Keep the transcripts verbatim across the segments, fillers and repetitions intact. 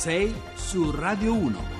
sei su Radio uno.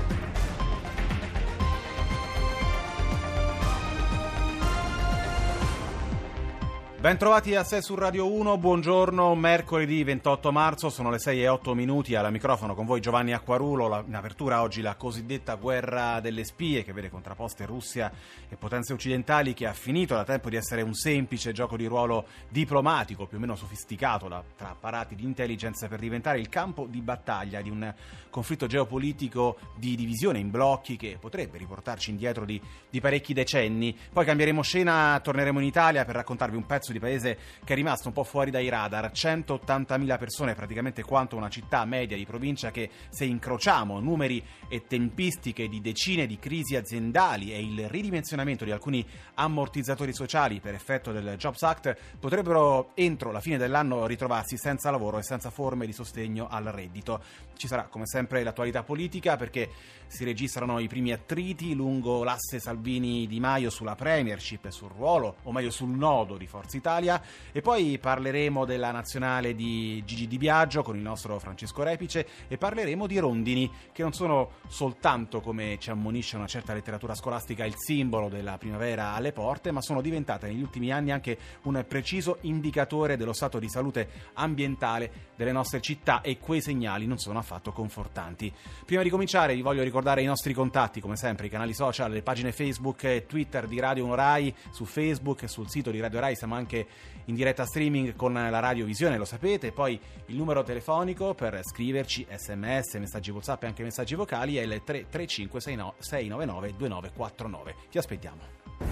Bentrovati a sei su Radio uno, buongiorno, mercoledì ventotto marzo, sono le sei e otto minuti, al microfono con voi Giovanni Acquarulo. La, in apertura oggi la cosiddetta guerra delle spie che vede contrapposte Russia e potenze occidentali, che ha finito da tempo di essere un semplice gioco di ruolo diplomatico più o meno sofisticato da, tra apparati di intelligence, per diventare il campo di battaglia di un conflitto geopolitico di divisione in blocchi che potrebbe riportarci indietro di, di parecchi decenni. Poi cambieremo scena, torneremo in Italia per raccontarvi un pezzo di paese che è rimasto un po' fuori dai radar. Centottantamila persone, praticamente quanto una città media di provincia, che, se incrociamo numeri e tempistiche di decine di crisi aziendali e il ridimensionamento di alcuni ammortizzatori sociali per effetto del Jobs Act, potrebbero entro la fine dell'anno ritrovarsi senza lavoro e senza forme di sostegno al reddito. Ci sarà come sempre l'attualità politica, perché si registrano i primi attriti lungo l'asse Salvini-Di Maio sulla premiership e sul ruolo, o meglio sul nodo, di Forza Italia, e poi parleremo della nazionale di Gigi Di Biagio con il nostro Francesco Repice, e parleremo di rondini, che non sono soltanto, come ci ammonisce una certa letteratura scolastica, il simbolo della primavera alle porte, ma sono diventate negli ultimi anni anche un preciso indicatore dello stato di salute ambientale delle nostre città, e quei segnali non sono affatto confortanti. Prima di cominciare vi voglio ricordare i nostri contatti, come sempre i canali social, le pagine Facebook e Twitter di Radio uno Rai, su Facebook e sul sito di Radio Rai siamo anche in diretta streaming con la radiovisione, lo sapete. Poi il numero telefonico per scriverci sms, messaggi WhatsApp e anche messaggi vocali è il tre tre cinque sei nove nove due nove quattro nove. Ti aspettiamo.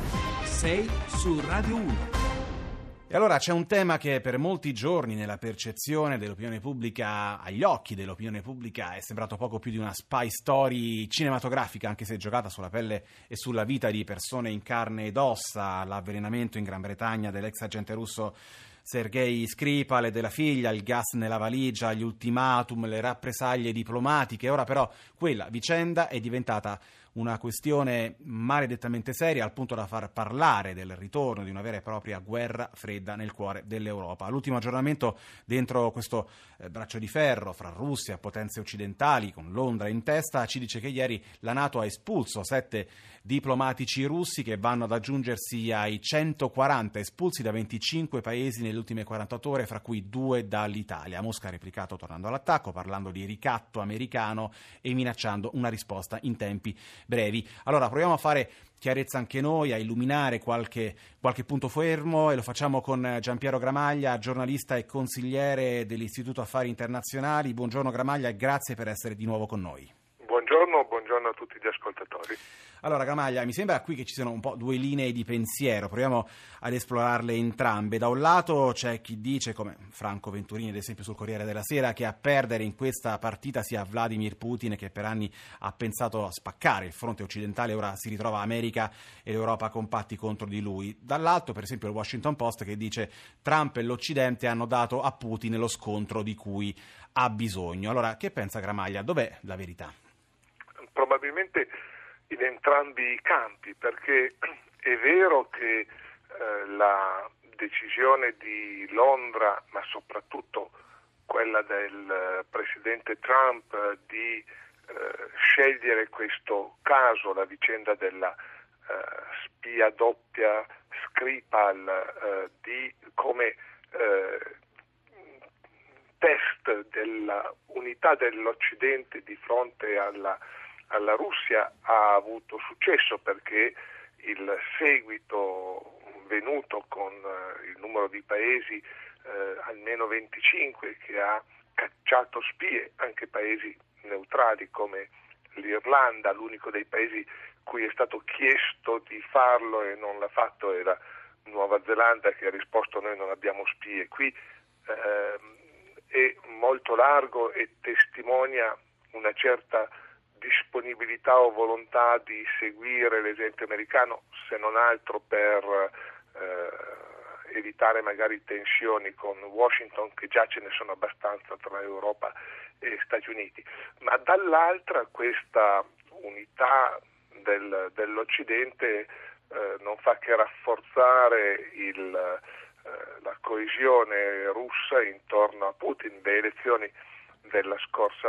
sei su Radio uno. E allora c'è un tema che per molti giorni nella percezione dell'opinione pubblica, agli occhi dell'opinione pubblica, è sembrato poco più di una spy story cinematografica, anche se giocata sulla pelle e sulla vita di persone in carne ed ossa: l'avvelenamento in Gran Bretagna dell'ex agente russo Sergei Skripal e della figlia, il gas nella valigia, gli ultimatum, le rappresaglie diplomatiche. Ora però quella vicenda è diventata una questione maledettamente seria, al punto da far parlare del ritorno di una vera e propria guerra fredda nel cuore dell'Europa. L'ultimo aggiornamento dentro questo eh, braccio di ferro fra Russia e potenze occidentali, con Londra in testa, ci dice che ieri la NATO ha espulso sette diplomatici russi, che vanno ad aggiungersi ai centoquaranta espulsi da venticinque paesi nelle ultime quarantotto ore, fra cui due dall'Italia. Mosca ha replicato tornando all'attacco, parlando di ricatto americano e minacciando una risposta in tempi brevi. Allora proviamo a fare chiarezza anche noi, a illuminare qualche, qualche punto fermo, e lo facciamo con Giampiero Gramaglia, giornalista e consigliere dell'Istituto Affari Internazionali. Buongiorno Gramaglia e grazie per essere di nuovo con noi. Buongiorno, buongiorno a tutti gli ascoltatori. Allora Gramaglia, mi sembra qui che ci siano un po' due linee di pensiero, proviamo ad esplorarle entrambe. Da un lato c'è chi dice, come Franco Venturini ad esempio sul Corriere della Sera, che a perdere in questa partita sia Vladimir Putin, che per anni ha pensato a spaccare il fronte occidentale, ora si ritrova America e l'Europa compatti contro di lui. Dall'altro per esempio il Washington Post, che dice Trump e l'Occidente hanno dato a Putin lo scontro di cui ha bisogno. Allora che pensa Gramaglia? Dov'è la verità? Probabilmente in entrambi i campi, perché è vero che eh, la decisione di Londra, ma soprattutto quella del eh, presidente Trump eh, di eh, scegliere questo caso, la vicenda della eh, spia doppia Skripal, eh, di come eh, test della unità dell'Occidente di fronte alla alla Russia, ha avuto successo, perché il seguito venuto con eh, il numero di paesi, eh, almeno venticinque, che ha cacciato spie, anche paesi neutrali come l'Irlanda, l'unico dei paesi cui è stato chiesto di farlo e non l'ha fatto era Nuova Zelanda, che ha risposto noi non abbiamo spie. Qui eh, è molto largo e testimonia una certa disponibilità o volontà di seguire l'esempio americano, se non altro per eh, evitare magari tensioni con Washington, che già ce ne sono abbastanza tra Europa e Stati Uniti, ma dall'altra questa unità del, dell'Occidente eh, non fa che rafforzare il, eh, la coesione russa intorno a Putin. Le elezioni della scorsa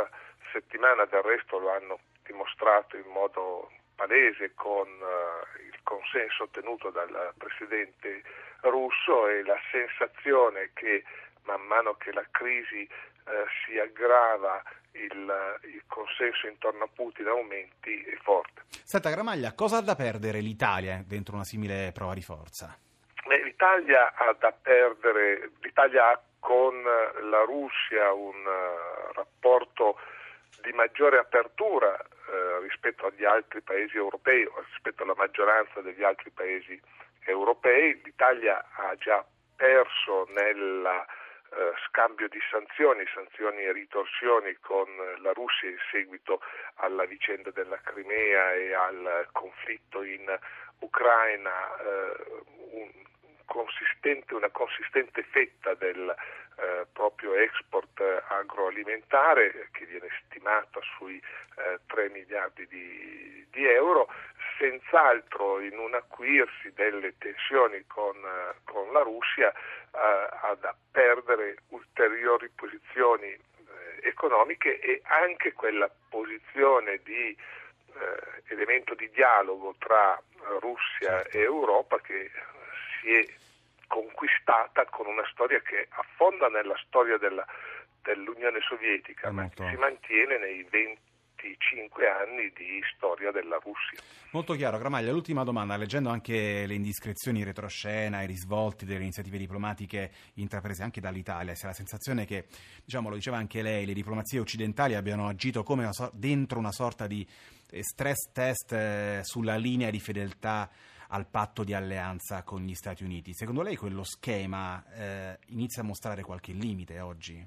settimana del resto lo hanno dimostrato in modo palese con uh, il consenso ottenuto dal presidente russo, e la sensazione che man mano che la crisi uh, si aggrava il, il consenso intorno a Putin aumenti è forte. Senta Gramaglia, cosa ha da perdere l'Italia dentro una simile prova di forza? Beh, l'Italia ha da perdere, l'Italia ha con la Russia un uh, rapporto di maggiore apertura eh, rispetto agli altri paesi europei o rispetto alla maggioranza degli altri paesi europei. L'Italia ha già perso nel eh, scambio di sanzioni, sanzioni e ritorsioni con la Russia in seguito alla vicenda della Crimea e al conflitto in Ucraina, eh, un consistente, una consistente fetta del eh, proprio export agroalimentare, che viene stimata sui eh, tre miliardi di, di euro, senz'altro in un acuirsi delle tensioni con, eh, con la Russia eh, ha da perdere ulteriori posizioni eh, economiche, e anche quella posizione di eh, elemento di dialogo tra Russia e Europa che si è conquistata con una storia che affonda nella storia della, dell'Unione Sovietica, ma che si mantiene nei venticinque anni di storia della Russia. Molto chiaro. Gramaglia, l'ultima domanda, leggendo anche le indiscrezioni in retroscena, i risvolti delle iniziative diplomatiche intraprese anche dall'Italia, si ha la sensazione che, diciamo, lo diceva anche lei, le diplomazie occidentali abbiano agito come una so- dentro una sorta di stress test eh, sulla linea di fedeltà al patto di alleanza con gli Stati Uniti. Secondo lei quello schema eh, inizia a mostrare qualche limite oggi?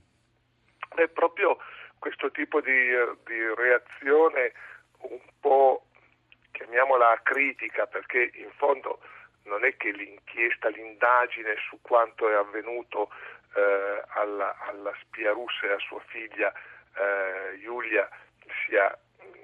È proprio questo tipo di, di reazione un po', chiamiamola critica, perché in fondo non è che l'inchiesta, l'indagine su quanto è avvenuto eh, alla, alla spia russa e a sua figlia eh, Giulia sia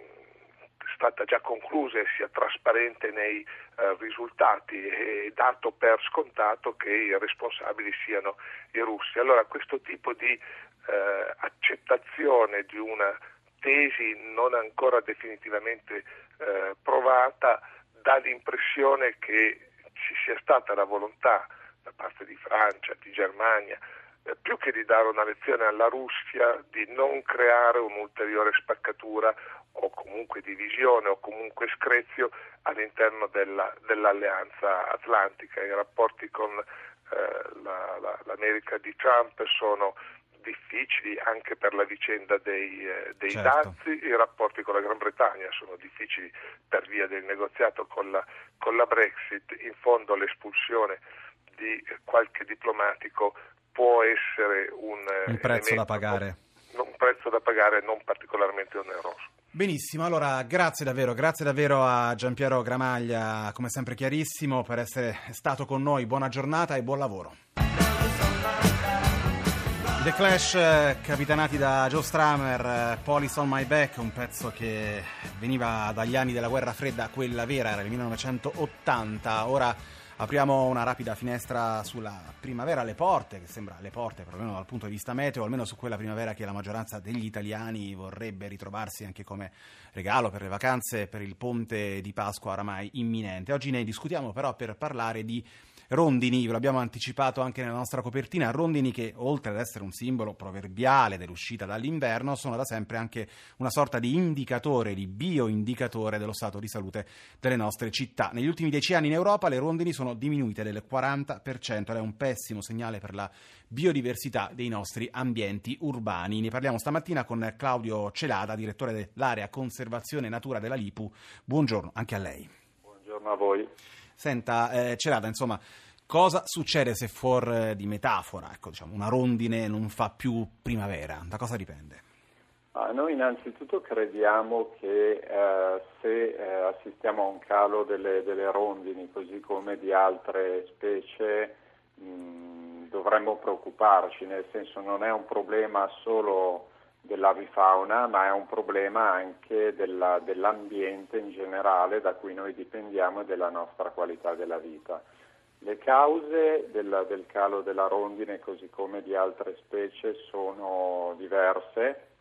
stata già conclusa e sia trasparente nei eh, risultati, è dato per scontato che i responsabili siano i russi. Allora questo tipo di eh, accettazione di una tesi non ancora definitivamente eh, provata dà l'impressione che ci sia stata la volontà da parte di Francia, di Germania, eh, più che di dare una lezione alla Russia, di non creare un'ulteriore spaccatura o comunque divisione o comunque screzio all'interno della, dell'alleanza atlantica. I rapporti con eh, la, la, l'America di Trump sono difficili anche per la vicenda dei, eh, dei certo. dazi, i rapporti con la Gran Bretagna sono difficili per via del negoziato con la, con la Brexit. In fondo l'espulsione di qualche diplomatico può essere un, un prezzo da pagare. Un prezzo da pagare non particolarmente oneroso. Benissimo, allora grazie davvero, grazie davvero a Giampiero Gramaglia, come sempre chiarissimo, per essere stato con noi. Buona giornata e buon lavoro. The Clash, capitanati da Joe Strummer, Police on My Back, un pezzo che veniva dagli anni della guerra fredda, quella vera, era il millenovecentottanta. Ora apriamo una rapida finestra sulla primavera alle porte, che sembra alle porte perlomeno dal punto di vista meteo, almeno su quella primavera che la maggioranza degli italiani vorrebbe ritrovarsi anche come regalo per le vacanze, per il ponte di Pasqua oramai imminente. Oggi ne discutiamo però per parlare di rondini, ve l'abbiamo anticipato anche nella nostra copertina, rondini che oltre ad essere un simbolo proverbiale dell'uscita dall'inverno sono da sempre anche una sorta di indicatore, di bioindicatore dello stato di salute delle nostre città. Negli ultimi dieci anni in Europa le rondini sono diminuite del quaranta per cento ed è un pessimo segnale per la biodiversità dei nostri ambienti urbani. Ne parliamo stamattina con Claudio Celada, direttore dell'area conservazione e natura della Lipu. Buongiorno anche a lei. Buongiorno a voi. Senta, eh, Celada, insomma, cosa succede se fuori di metafora, ecco, diciamo, una rondine non fa più primavera? Da cosa dipende? Ah, noi innanzitutto crediamo che eh, se eh, assistiamo a un calo delle, delle rondini, così come di altre specie, mh, dovremmo preoccuparci, nel senso non è un problema solo dell'avifauna, ma è un problema anche della, dell'ambiente in generale da cui noi dipendiamo e della nostra qualità della vita. Le cause del, del calo della rondine, così come di altre specie, sono diverse.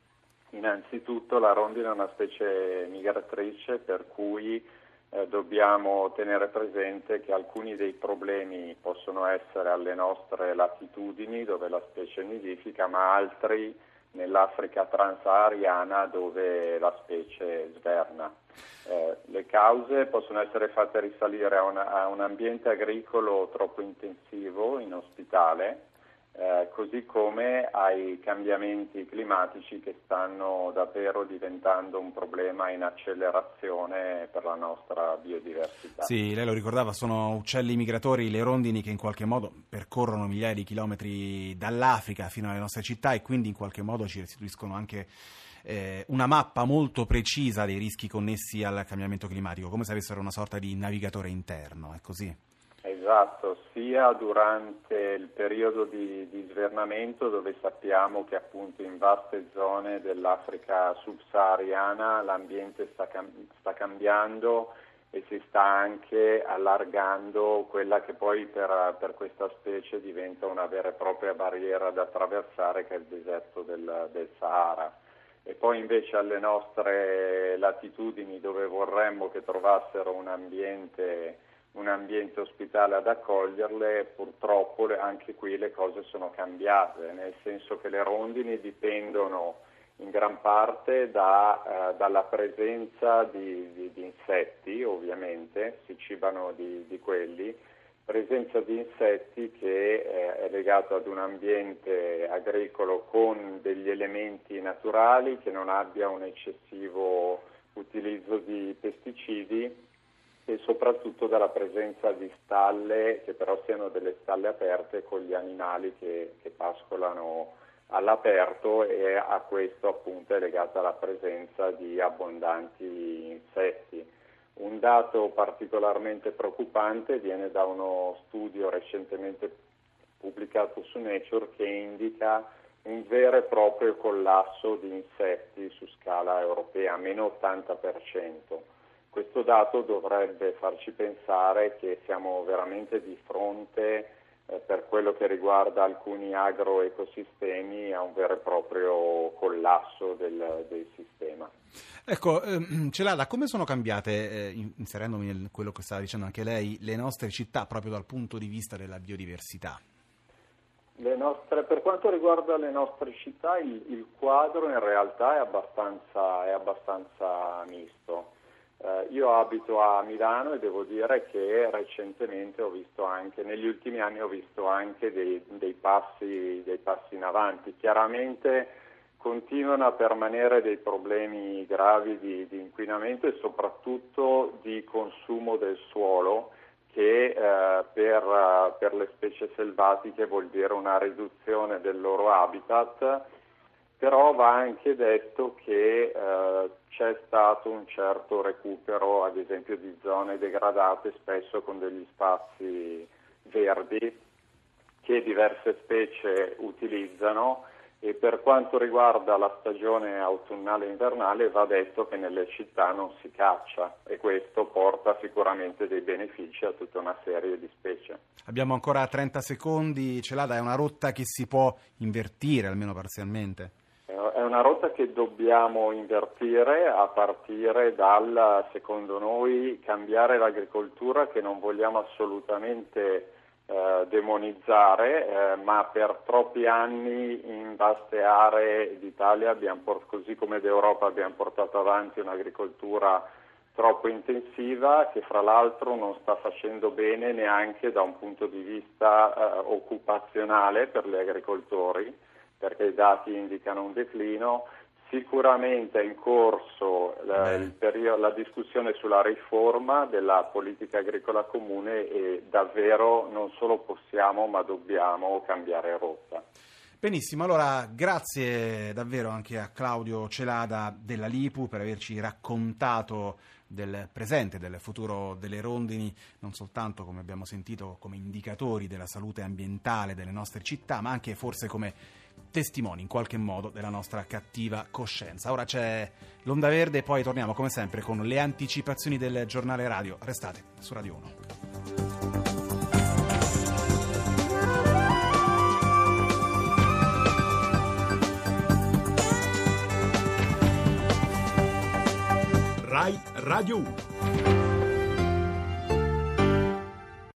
Innanzitutto la rondine è una specie migratrice, per cui eh, dobbiamo tenere presente che alcuni dei problemi possono essere alle nostre latitudini, dove la specie nidifica, ma altri nell'Africa transahariana, dove la specie sverna. Eh, le cause possono essere fatte risalire a, una, a un ambiente agricolo troppo intensivo, inospitale, eh, così come ai cambiamenti climatici che stanno davvero diventando un problema in accelerazione per la nostra biodiversità. Sì, lei lo ricordava, sono uccelli migratori, le rondini, che in qualche modo percorrono migliaia di chilometri dall'Africa fino alle nostre città e quindi in qualche modo ci restituiscono anche eh, una mappa molto precisa dei rischi connessi al cambiamento climatico, come se avessero una sorta di navigatore interno, è così? Esatto, sia durante il periodo di, di svernamento, dove sappiamo che appunto in vaste zone dell'Africa subsahariana l'ambiente sta, cam- sta cambiando e si sta anche allargando quella che poi per, per questa specie diventa una vera e propria barriera da attraversare, che è il deserto del, del Sahara. E poi invece alle nostre latitudini, dove vorremmo che trovassero un ambiente un ambiente ospitale ad accoglierle, purtroppo anche qui le cose sono cambiate, nel senso che le rondini dipendono in gran parte da, eh, dalla presenza di, di, di insetti, ovviamente, si cibano di, di quelli, presenza di insetti che eh, è legata ad un ambiente agricolo con degli elementi naturali, che non abbia un eccessivo utilizzo di pesticidi, e soprattutto dalla presenza di stalle, che però siano delle stalle aperte con gli animali che, che pascolano all'aperto, e a questo appunto è legata la presenza di abbondanti insetti. Un dato particolarmente preoccupante viene da uno studio recentemente pubblicato su Nature, che indica un vero e proprio collasso di insetti su scala europea, meno ottanta per cento. Questo dato dovrebbe farci pensare che siamo veramente di fronte, eh, per quello che riguarda alcuni agroecosistemi, a un vero e proprio collasso del, del sistema. Ecco, ehm, Celada, come sono cambiate, eh, inserendomi in quello che stava dicendo anche lei, le nostre città proprio dal punto di vista della biodiversità? Le nostre, per quanto riguarda le nostre città, il, il quadro in realtà è abbastanza, è abbastanza misto. Uh, io abito a Milano e devo dire che recentemente ho visto anche, negli ultimi anni ho visto anche dei, dei, passi, dei passi in avanti. Chiaramente continuano a permanere dei problemi gravi di, di inquinamento e soprattutto di consumo del suolo, che uh, per, uh, per le specie selvatiche vuol dire una riduzione del loro habitat. Però va anche detto che eh, c'è stato un certo recupero, ad esempio, di zone degradate, spesso con degli spazi verdi che diverse specie utilizzano, e per quanto riguarda la stagione autunnale e invernale va detto che nelle città non si caccia, e questo porta sicuramente dei benefici a tutta una serie di specie. Abbiamo ancora trenta secondi, Celada, è una rotta che si può invertire almeno parzialmente? È una rotta che dobbiamo invertire a partire dal, secondo noi, cambiare l'agricoltura, che non vogliamo assolutamente eh, demonizzare, eh, ma per troppi anni in vaste aree d'Italia, abbiamo, così come d'Europa, abbiamo portato avanti un'agricoltura troppo intensiva, che fra l'altro non sta facendo bene neanche da un punto di vista eh, occupazionale per gli agricoltori, perché i dati indicano un declino. Sicuramente è in corso la, il periodo, la discussione sulla riforma della politica agricola comune, e davvero non solo possiamo ma dobbiamo cambiare rotta. Benissimo, allora grazie davvero anche a Claudio Celada della Lipu per averci raccontato del presente, del futuro delle rondini, non soltanto, come abbiamo sentito, come indicatori della salute ambientale delle nostre città, ma anche forse come testimoni in qualche modo della nostra cattiva coscienza. Ora c'è l'Onda Verde e poi torniamo come sempre con le anticipazioni del giornale radio. Restate su Radio uno. Rai Radio uno.